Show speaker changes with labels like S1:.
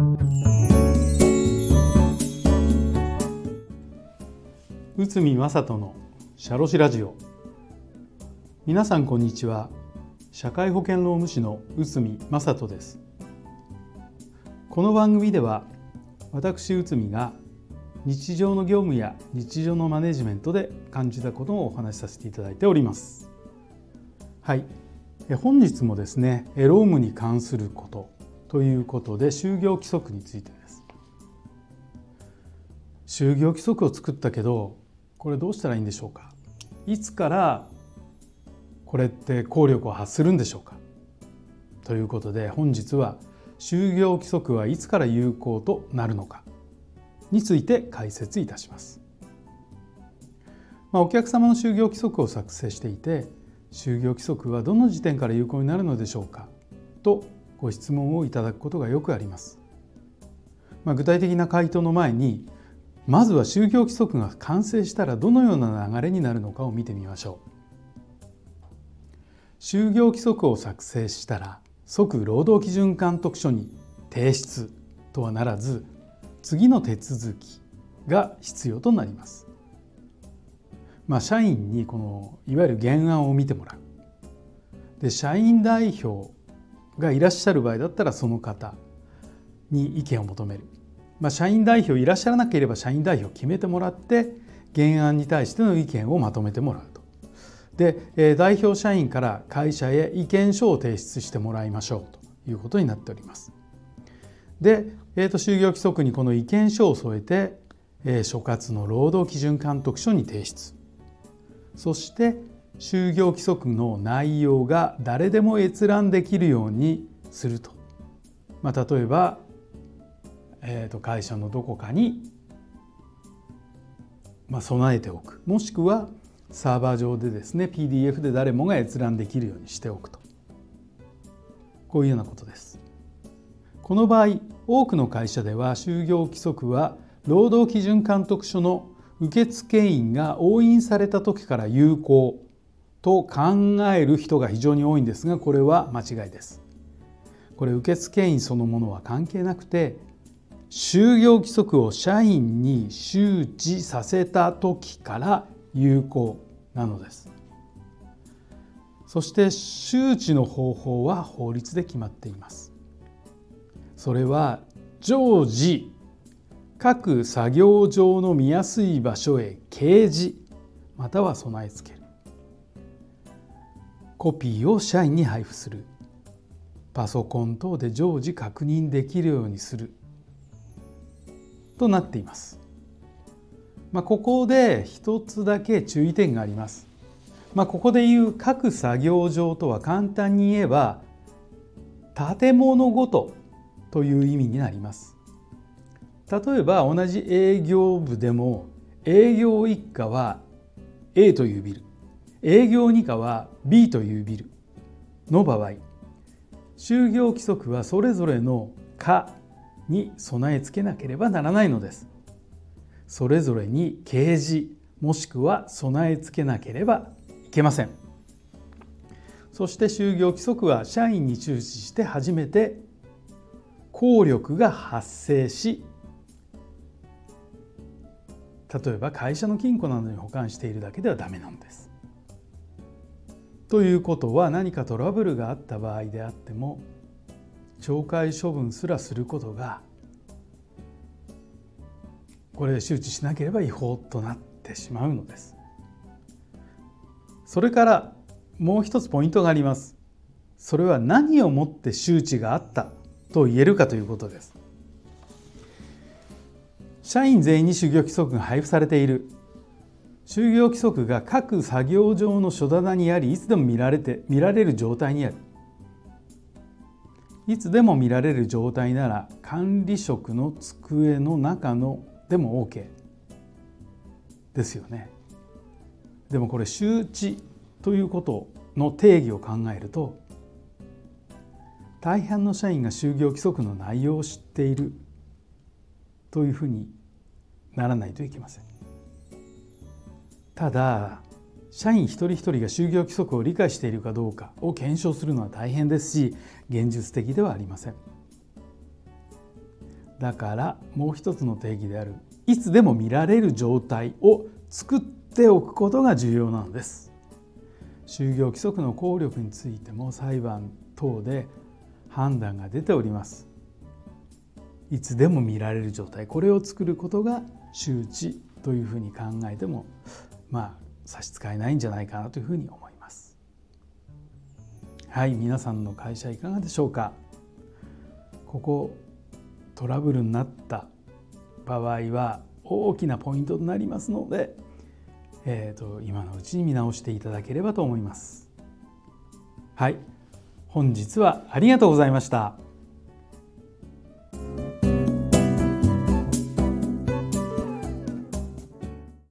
S1: 宇都宮人のシャロシラジオ。皆さんこんにちは。社会保険労務士の宇都宮人です。この番組では私宇都宮が日常の業務や日常のマネジメントで感じたことをお話しさせていただいております。はい、本日もですね、労務に関することということで、就業規則についてです。就業規則を作ったけど、これどうしたらいいんでしょうか。いつからこれって効力を発するんでしょうか。ということで、本日は就業規則はいつから有効となるのかについて解説いたします。お客様の就業規則を作成していて、就業規則はどの時点から有効になるのでしょうかとご質問をいただくことがよくあります。具体的な回答の前に、まずは就業規則が完成したらどのような流れになるのかを見てみましょう。就業規則を作成したら即労働基準監督署に提出とはならず、次の手続きが必要となります。社員にいわゆる原案を見てもらう。で、社員代表がいらっしゃる場合だったらその方に意見を求める。社員代表いらっしゃらなければ社員代表を決めてもらって原案に対しての意見をまとめてもらうと。で、代表社員から会社へ意見書を提出してもらいましょうということになっております。で、就業規則にこの意見書を添えて、所轄の労働基準監督署に提出。そして就業規則の内容が誰でも閲覧できるようにすると。例えば会社のどこかに備えておく、もしくはサーバー上でですね PDF で誰もが閲覧できるようにしておくと、こういうようなことです。この場合、多くの会社では就業規則は労働基準監督署の受付員が押印された時から有効と考える人が非常に多いんですが、これは間違いです。これ受付員そのものは関係なくて、就業規則を社員に周知させた時から有効なのです。そして周知の方法は法律で決まっています。それは常時各作業上の見やすい場所へ掲示または備え付ける、コピーを社員に配布する、パソコン等で常時確認できるようにするとなっています。ここで一つだけ注意点があります。ここでいう各作業場とは簡単に言えば建物ごとという意味になります。例えば同じ営業部でも営業1課は A というビル、営業2課は B というビルの場合、就業規則はそれぞれの課に備え付けなければならないのです。それぞれに掲示もしくは備え付けなければいけません。そして就業規則は社員に周知して初めて効力が発生し、例えば会社の金庫などに保管しているだけではダメなんです。ということは、何かトラブルがあった場合であっても懲戒処分すらすることが、これで周知しなければ違法となってしまうのです。それからもう一つポイントがあります。それは何をもって周知があったと言えるかということです。社員全員に就業規則が配布されている。就業規則が各作業場の書棚にあり、いつでも見られる状態にある。いつでも見られる状態なら管理職の机の中のでも OK ですよね。でもこれ周知ということの定義を考えると、大半の社員が就業規則の内容を知っているというふうにならないといけません。ただ社員一人一人が就業規則を理解しているかどうかを検証するのは大変ですし、現実的ではありません。 だからもう一つの定義であるいつでも見られる状態を作っておくことが重要なのです。就業規則の効力についても裁判等で判断が出ております。いつでも見られる状態、これを作ることが周知というふうに考えても差し支えないんじゃないかなというふうに思います。はい、皆さんの会社いかがでしょうか。ここトラブルになった場合は大きなポイントとなりますので、今のうちに見直していただければと思います。はい、本日はありがとうございました。